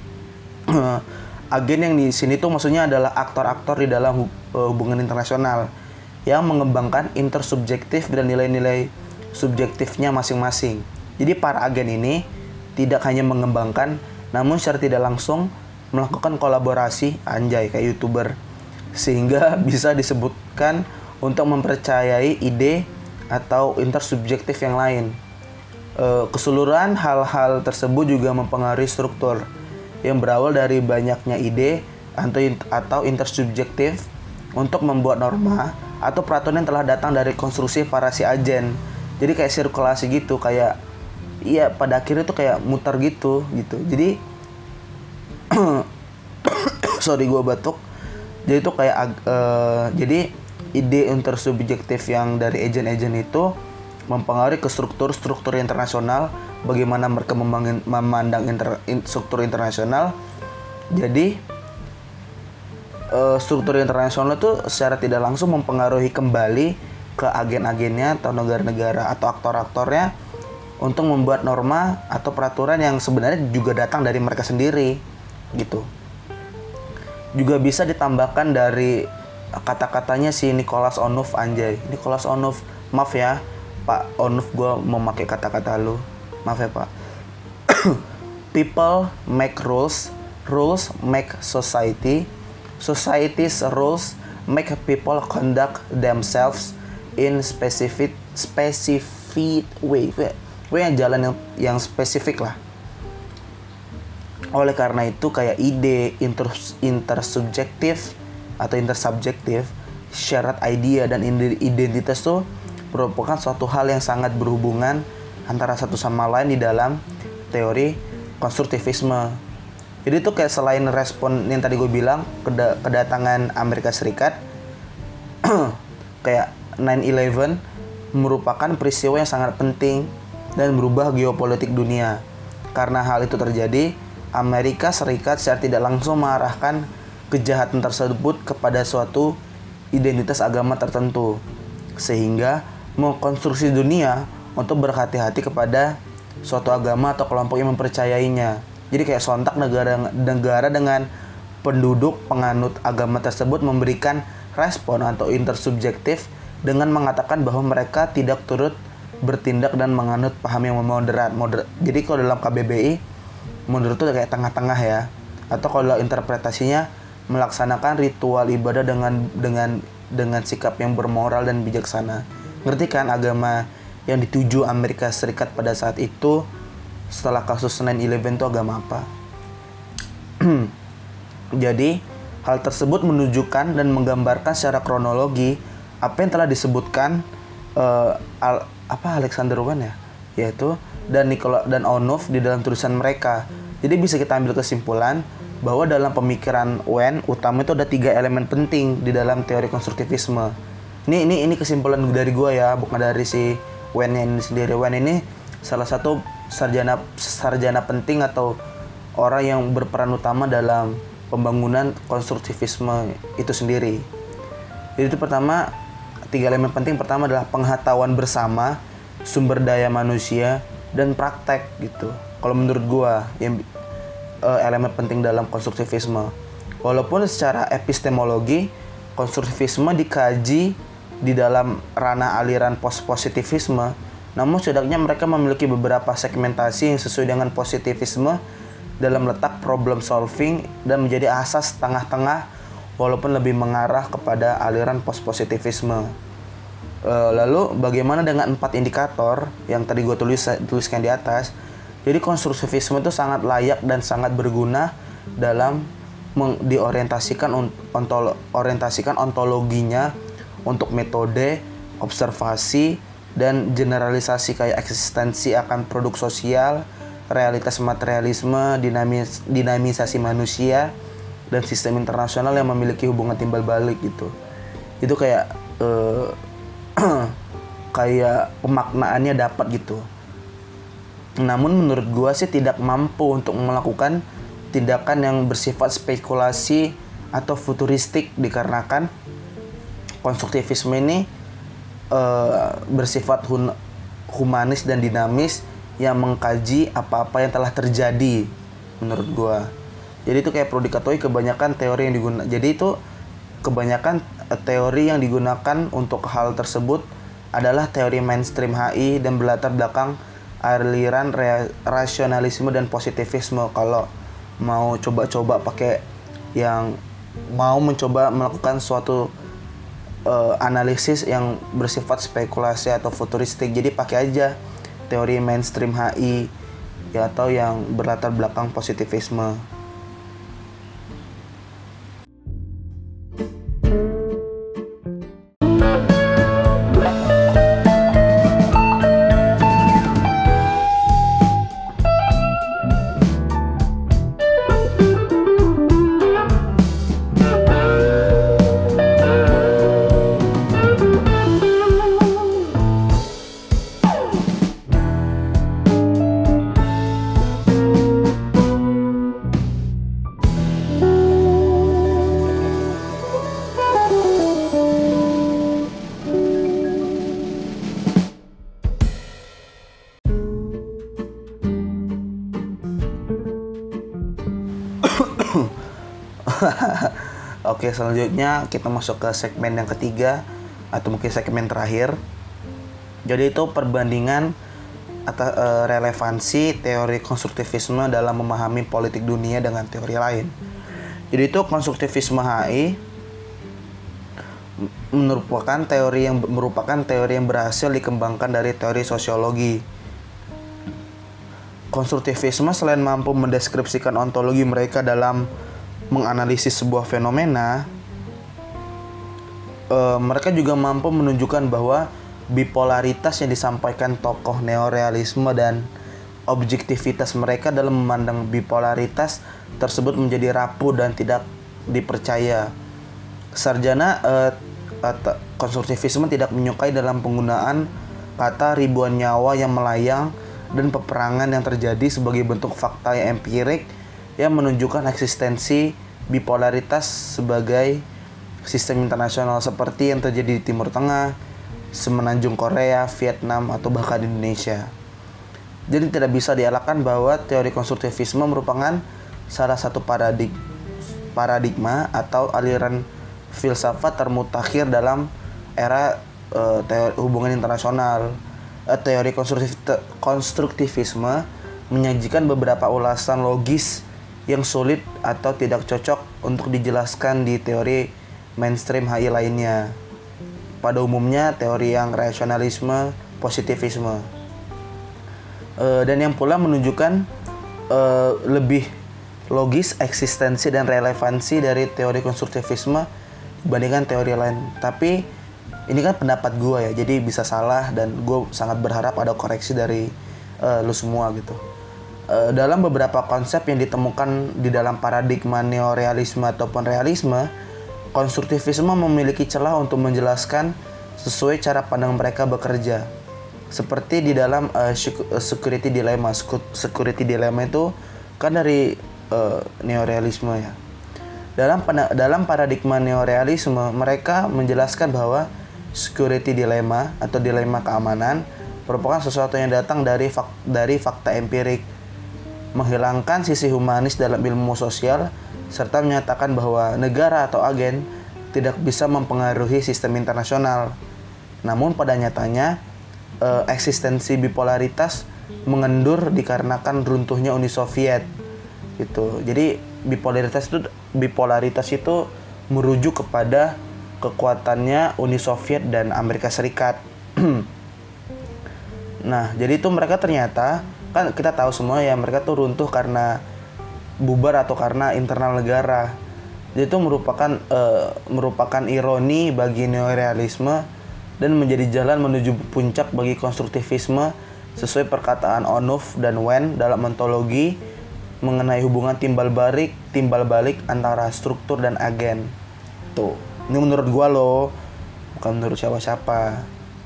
Agen yang di sini tuh maksudnya adalah aktor-aktor di dalam hubungan internasional yang mengembangkan intersubjektif dan nilai-nilai subjektifnya masing-masing. Jadi para agen ini tidak hanya mengembangkan, namun secara tidak langsung melakukan kolaborasi, anjay kayak YouTuber, sehingga bisa disebutkan untuk mempercayai ide atau intersubjektif yang lain. Uh, keseluruhan hal-hal tersebut juga mempengaruhi struktur yang berawal dari banyaknya ide atau, atau intersubjektif untuk membuat norma atau peraturan yang telah datang dari konstruksi para si agen. Jadi kayak sirkulasi gitu, kayak iya pada akhirnya tuh kayak muter gitu gitu. Jadi sorry gue batuk. Jadi tuh kayak uh, jadi ide intersubjektif yang dari agen-agen itu mempengaruhi ke struktur-struktur internasional, bagaimana mereka memandang inter, in, struktur internasional. Jadi uh, struktur internasional itu secara tidak langsung mempengaruhi kembali ke agen-agennya atau negara-negara atau aktor-aktornya untuk membuat norma atau peraturan yang sebenarnya juga datang dari mereka sendiri gitu. Juga bisa ditambahkan dari kata-katanya si Nicholas Onuf, anjay Nicholas Onuf, maaf ya Pak Onuf, gue mau pakai kata-kata lu, maaf ya Pak. People make rules, rules make society, society's rules make people conduct themselves in specific specific way, way yang jalan yang, yang spesifik lah. Oleh karena itu kayak ide inter, intersubjektif atau intersubjektif, syarat idea dan identitas tuh merupakan suatu hal yang sangat berhubungan antara satu sama lain di dalam teori konstruktivisme. Jadi itu kayak selain respon yang tadi gue bilang, keda- kedatangan Amerika Serikat, kayak nine eleven merupakan peristiwa yang sangat penting dan merubah geopolitik dunia. Karena hal itu terjadi, Amerika Serikat secara tidak langsung mengarahkan kejahatan tersebut kepada suatu identitas agama tertentu, sehingga mengkonstruksi dunia untuk berhati-hati kepada suatu agama atau kelompok yang mempercayainya. Jadi kayak sontak negara-negara dengan penduduk penganut agama tersebut memberikan respon atau intersubjektif dengan mengatakan bahwa mereka tidak turut bertindak dan menganut paham yang moderat. Moder- Jadi kalau dalam K B B I, moderat itu kayak tengah-tengah ya. Atau kalau interpretasinya melaksanakan ritual ibadah dengan dengan dengan sikap yang bermoral dan bijaksana. Ngerti kan agama yang dituju Amerika Serikat pada saat itu setelah kasus nine eleven itu agama apa? Jadi hal tersebut menunjukkan dan menggambarkan secara kronologi apa yang telah disebutkan uh, Al, apa Alexander Wen ya, yaitu dan Nicola dan Onuf di dalam tulisan mereka. Jadi bisa kita ambil kesimpulan bahwa dalam pemikiran Wen utama itu ada tiga elemen penting di dalam teori konstruktivisme. Ini ini ini kesimpulan dari gue ya, bukan dari si Wen ini sendiri. Wen ini salah satu sarjana sarjana penting atau orang yang berperan utama dalam pembangunan konstruktivisme itu sendiri. Jadi itu pertama, tiga elemen penting pertama adalah pengetahuan bersama, sumber daya manusia, dan praktek gitu. Kalau menurut gua yang uh, elemen penting dalam konstruktivisme. Walaupun secara epistemologi konstruktivisme dikaji di dalam ranah aliran post-positivisme, namun setidaknya mereka memiliki beberapa segmentasi yang sesuai dengan positivisme dalam letak problem solving dan menjadi asas tengah-tengah walaupun lebih mengarah kepada aliran post-positivisme. Lalu bagaimana dengan empat indikator yang tadi gue tulis, tuliskan di atas? Jadi konstruktivisme itu sangat layak dan sangat berguna dalam diorientasikan ontolo, orientasikan ontologinya untuk metode, observasi, dan generalisasi kayak eksistensi akan produk sosial, realitas materialisme, dinamis, dinamisasi manusia, dan sistem internasional yang memiliki hubungan timbal balik gitu. Itu kayak uh, kayak pemaknaannya dapat gitu. Namun menurut gua sih tidak mampu untuk melakukan tindakan yang bersifat spekulasi atau futuristik dikarenakan konstruktivisme ini e, bersifat hun, humanis dan dinamis yang mengkaji apa-apa yang telah terjadi menurut gua. Jadi itu kayak perlu diketahui kebanyakan teori yang digunakan. Jadi itu kebanyakan teori yang digunakan untuk hal tersebut adalah teori mainstream H I dan berlatar belakang aliran re- rasionalisme dan positivisme. Kalau mau coba-coba pakai yang mau mencoba melakukan suatu uh, analisis yang bersifat spekulasi atau futuristik, jadi pakai aja teori mainstream H I ya, atau yang berlatar belakang positivisme. Oke, selanjutnya kita masuk ke segmen yang ketiga atau mungkin segmen terakhir. Jadi itu perbandingan atau e, relevansi teori konstruktivisme dalam memahami politik dunia dengan teori lain. Jadi itu konstruktivisme H I merupakan teori yang merupakan teori yang berhasil dikembangkan dari teori sosiologi. Konstruktivisme selain mampu mendeskripsikan ontologi mereka dalam menganalisis sebuah fenomena, e, mereka juga mampu menunjukkan bahwa bipolaritas yang disampaikan tokoh neorealisme dan objektivitas mereka dalam memandang bipolaritas tersebut menjadi rapuh dan tidak dipercaya. Sarjana e, konstruktivisme tidak menyukai dalam penggunaan kata ribuan nyawa yang melayang dan peperangan yang terjadi sebagai bentuk fakta yang empirik yang menunjukkan eksistensi bipolaritas sebagai sistem internasional seperti yang terjadi di Timur Tengah, Semenanjung Korea, Vietnam, atau bahkan Indonesia. Jadi tidak bisa dielakkan bahwa teori konstruktivisme merupakan salah satu paradig paradigma atau aliran filsafat termutakhir dalam era uh, teori hubungan internasional. Uh, teori konstruktif konstruktivisme menyajikan beberapa ulasan logis yang sulit atau tidak cocok untuk dijelaskan di teori mainstream H I lainnya. Pada umumnya teori yang rasionalisme, positivisme, e, dan yang pula menunjukkan e, lebih logis eksistensi dan relevansi dari teori konstruktivisme dibandingkan teori lain. Tapi ini kan pendapat gue ya, jadi bisa salah dan gue sangat berharap ada koreksi dari e, lu semua gitu. Uh, dalam beberapa konsep yang ditemukan di dalam paradigma neorealisme ataupun realisme, konstruktivisme memiliki celah untuk menjelaskan sesuai cara pandang mereka bekerja. Seperti di dalam uh, security dilemma. Security dilemma itu kan dari uh, neorealisme ya. Dalam dalam paradigma neorealisme, mereka menjelaskan bahwa security dilemma atau dilema keamanan merupakan sesuatu yang datang dari fak, dari fakta empirik, menghilangkan sisi humanis dalam ilmu sosial, serta menyatakan bahwa negara atau agen tidak bisa mempengaruhi sistem internasional. Namun pada nyatanya, eh, eksistensi bipolaritas mengendur dikarenakan runtuhnya Uni Soviet. Gitu. Jadi bipolaritas itu bipolaritas itu merujuk kepada kekuatannya Uni Soviet dan Amerika Serikat. Nah, jadi itu mereka ternyata, kan kita tahu semua ya, mereka tuh runtuh karena bubar atau karena internal negara. Jadi itu merupakan uh, merupakan ironi bagi neorealisme dan menjadi jalan menuju puncak bagi konstruktivisme sesuai perkataan Onuf dan Wen dalam ontologi mengenai hubungan timbal balik timbal balik antara struktur dan agen. Tuh, ini menurut gua loh, bukan menurut siapa-siapa.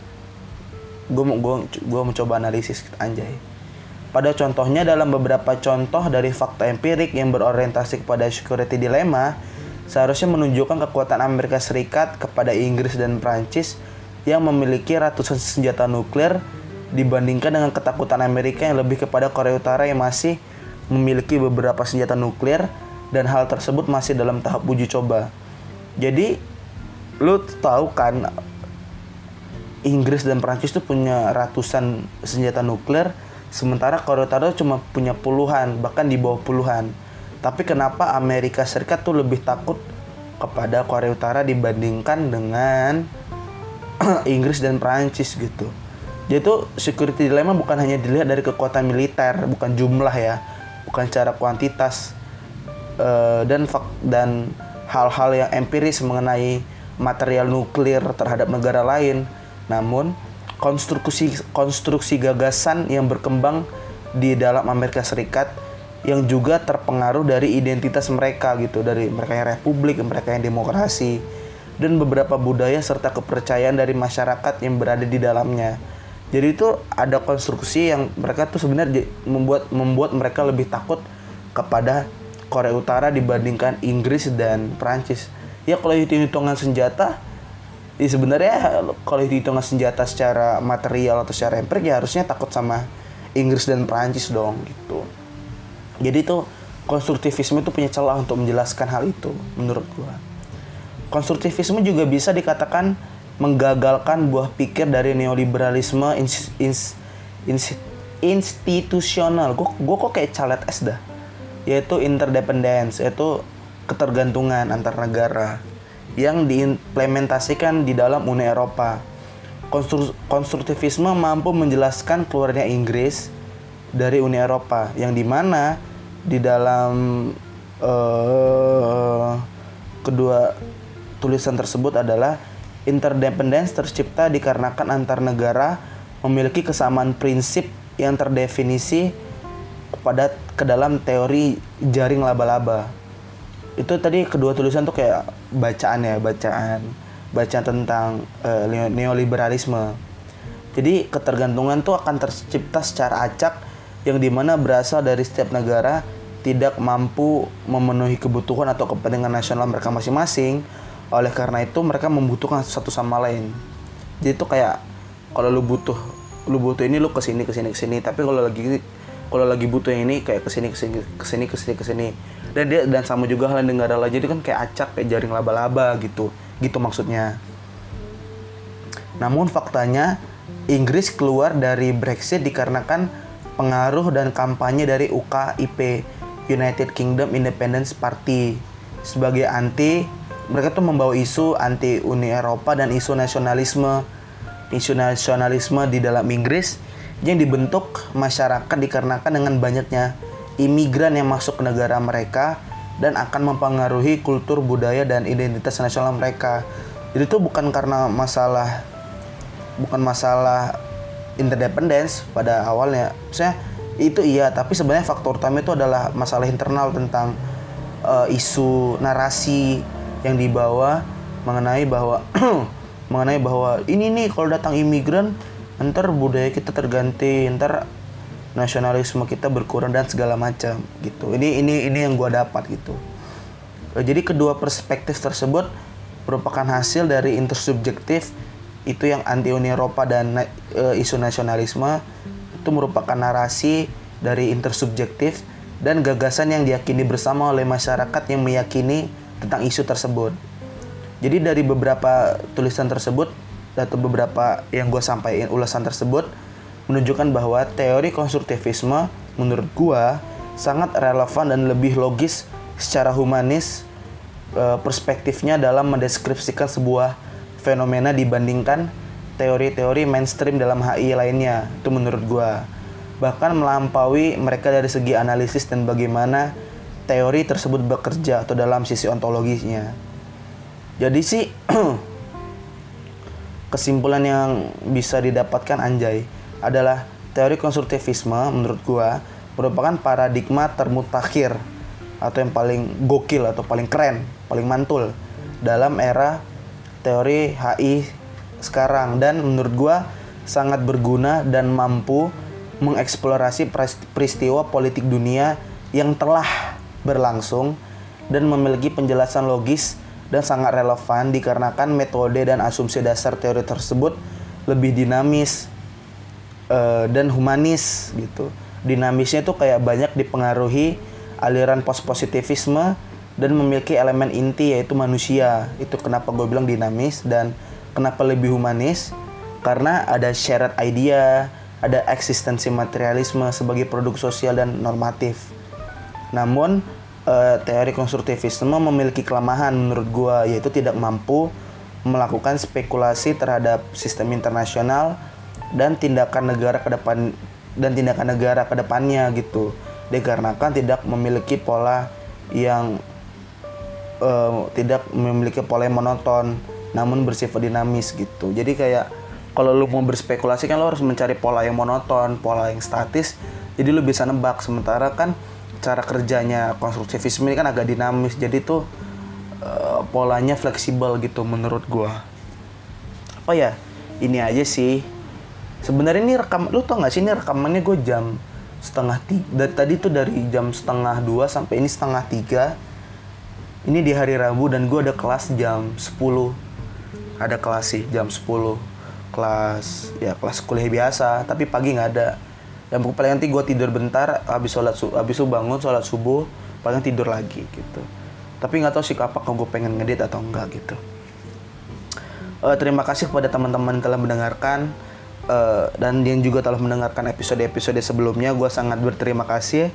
Gua mau gua gua mencoba analisis anjay. Pada contohnya, dalam beberapa contoh dari fakta empirik yang berorientasi kepada security dilemma, seharusnya menunjukkan kekuatan Amerika Serikat kepada Inggris dan Prancis yang memiliki ratusan senjata nuklir dibandingkan dengan ketakutan Amerika yang lebih kepada Korea Utara yang masih memiliki beberapa senjata nuklir, dan hal tersebut masih dalam tahap uji coba. Jadi, lu tahu kan, Inggris dan Prancis tuh punya ratusan senjata nuklir, sementara Korea Utara cuma punya puluhan, bahkan di bawah puluhan. Tapi kenapa Amerika Serikat tuh lebih takut kepada Korea Utara dibandingkan dengan Inggris dan Prancis gitu. Jadi tuh security dilemma bukan hanya dilihat dari kekuatan militer, bukan jumlah ya, bukan secara kuantitas, uh, dan fak- dan hal-hal yang empiris mengenai material nuklir terhadap negara lain. Namun konstruksi konstruksi gagasan yang berkembang di dalam Amerika Serikat yang juga terpengaruh dari identitas mereka gitu, dari mereka yang republik, mereka yang demokrasi, dan beberapa budaya serta kepercayaan dari masyarakat yang berada di dalamnya. Jadi itu ada konstruksi yang mereka tuh sebenarnya membuat membuat mereka lebih takut kepada Korea Utara dibandingkan Inggris dan Prancis. Ya kalau hitung-hitungan senjata, ya sebenarnya kalau hitung-hitungan senjata secara material atau secara empirik ya harusnya takut sama Inggris dan Prancis dong gitu. Jadi itu konstruktivisme itu punya celah untuk menjelaskan hal itu menurut gua. Konstruktivisme juga bisa dikatakan menggagalkan buah pikir dari neoliberalisme ins, ins, ins, institusional. Gua, gua kok kayak calet es dah. Yaitu interdependence, yaitu ketergantungan antar negara yang diimplementasikan di dalam Uni Eropa. Konstru, konstruktivisme mampu menjelaskan keluarnya Inggris dari Uni Eropa, yang dimana di dalam uh, kedua tulisan tersebut adalah interdependence tercipta dikarenakan antar negara memiliki kesamaan prinsip yang terdefinisi pada ke dalam teori jaring laba-laba. Itu tadi kedua tulisan tuh kayak bacaan ya, bacaan bacaan tentang uh, neoliberalisme. Jadi ketergantungan tuh akan tercipta secara acak, yang dimana berasal dari setiap negara tidak mampu memenuhi kebutuhan atau kepentingan nasional mereka masing-masing. Oleh karena itu mereka membutuhkan satu sama lain. Jadi itu kayak kalau lu butuh lu butuh ini lu kesini kesini kesini, tapi kalau lagi kalau lagi butuh yang ini kayak kesini kesini kesini kesini kesini. Dan dia dan sama juga hal negara lain, jadi kan kayak acak, kayak jaring laba-laba gitu. Gitu maksudnya. Namun faktanya Inggris keluar dari Brexit dikarenakan pengaruh dan kampanye dari U K I P, United Kingdom Independence Party, sebagai anti, mereka tuh membawa isu anti Uni Eropa dan isu nasionalisme, isu nasionalisme di dalam Inggris yang dibentuk masyarakat dikarenakan dengan banyaknya imigran yang masuk ke negara mereka dan akan mempengaruhi kultur, budaya, dan identitas nasional mereka. Jadi itu bukan karena masalah bukan masalah interdependence pada awalnya. Maksudnya itu iya, tapi sebenarnya faktor utama itu adalah masalah internal tentang uh, isu narasi yang dibawa mengenai bahwa mengenai bahwa ini nih kalau datang imigran ntar budaya kita terganti, ntar nasionalisme kita berkurang dan segala macam gitu. Ini ini ini yang gue dapat gitu. Jadi kedua perspektif tersebut merupakan hasil dari intersubjektif itu yang anti Uni Eropa dan e, isu nasionalisme itu merupakan narasi dari intersubjektif dan gagasan yang diyakini bersama oleh masyarakat yang meyakini tentang isu tersebut. Jadi dari beberapa tulisan tersebut atau beberapa yang gue sampaikan ulasan tersebut menunjukkan bahwa teori konstruktivisme menurut gue sangat relevan dan lebih logis secara humanis e, perspektifnya dalam mendeskripsikan sebuah fenomena dibandingkan teori-teori mainstream dalam H I lainnya. Itu menurut gue. Bahkan melampaui mereka dari segi analisis dan bagaimana teori tersebut bekerja atau dalam sisi ontologisnya. Jadi sih kesimpulan yang bisa didapatkan anjay adalah teori konstruktivisme menurut gua merupakan paradigma termutakhir atau yang paling gokil atau paling keren, paling mantul dalam era teori H I sekarang, dan menurut gua sangat berguna dan mampu mengeksplorasi peristiwa politik dunia yang telah berlangsung dan memiliki penjelasan logis dan sangat relevan dikarenakan metode dan asumsi dasar teori tersebut lebih dinamis uh, dan humanis gitu. Dinamisnya tuh kayak banyak dipengaruhi aliran post-positivisme dan memiliki elemen inti yaitu manusia. Itu kenapa gue bilang dinamis dan kenapa lebih humanis, karena ada shared idea, ada eksistensi materialisme sebagai produk sosial dan normatif. Namun Uh, teori konstruktivisme memiliki kelemahan menurut gua, yaitu tidak mampu melakukan spekulasi terhadap sistem internasional dan tindakan negara ke depan dan tindakan negara ke depannya gitu. Dikarenakan tidak memiliki pola yang uh, tidak memiliki pola yang monoton namun bersifat dinamis gitu. Jadi kayak kalau lu mau berspekulasi kan lu harus mencari pola yang monoton, pola yang statis. Jadi lu bisa nebak, sementara kan cara kerjanya konstruktivisme ini kan agak dinamis, jadi tuh uh, polanya fleksibel gitu menurut gua. Apa ya, ini aja sih. Sebenarnya ini rekam, lu tau nggak sih ini rekamannya gue jam setengah tiga. Tadi tuh dari jam setengah dua sampai ini setengah tiga. Ini di hari Rabu dan gue ada kelas jam sepuluh. Ada kelas sih jam sepuluh. Kelas ya kelas kuliah biasa, tapi pagi nggak ada. Yang paling nanti gue tidur bentar, habis sholat habis itu bangun sholat subuh, paling tidur lagi gitu. Tapi nggak tahu sih apakah gue pengen ngedit atau enggak gitu. Uh, terima kasih kepada teman-teman telah mendengarkan uh, dan yang juga telah mendengarkan episode-episode sebelumnya. Gue sangat berterima kasih.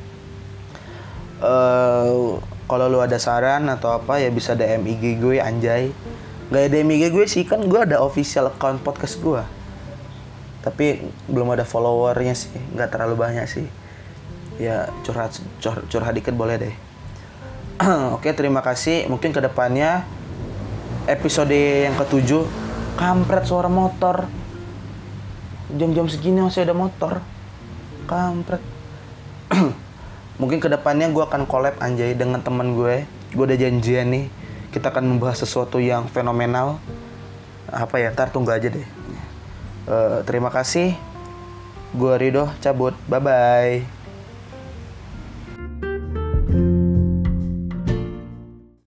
Uh, kalau lu ada saran atau apa ya bisa D M I G gue anjay. Gak ada D M I G gue sih, kan gue ada official account podcast gue. Tapi belum ada followernya sih, nggak terlalu banyak sih. Ya curhat cur, curhat dikit boleh deh. Oke, terima kasih. Mungkin kedepannya episode yang ketujuh, kampret suara motor. Jam-jam segini masih ada motor, kampret. Mungkin kedepannya gue akan collab anjay dengan teman gue. Gue udah janjian nih, kita akan membahas sesuatu yang fenomenal. Apa ya? Ntar tunggu aja deh. Uh, terima kasih. Gue Rido cabut. Bye bye.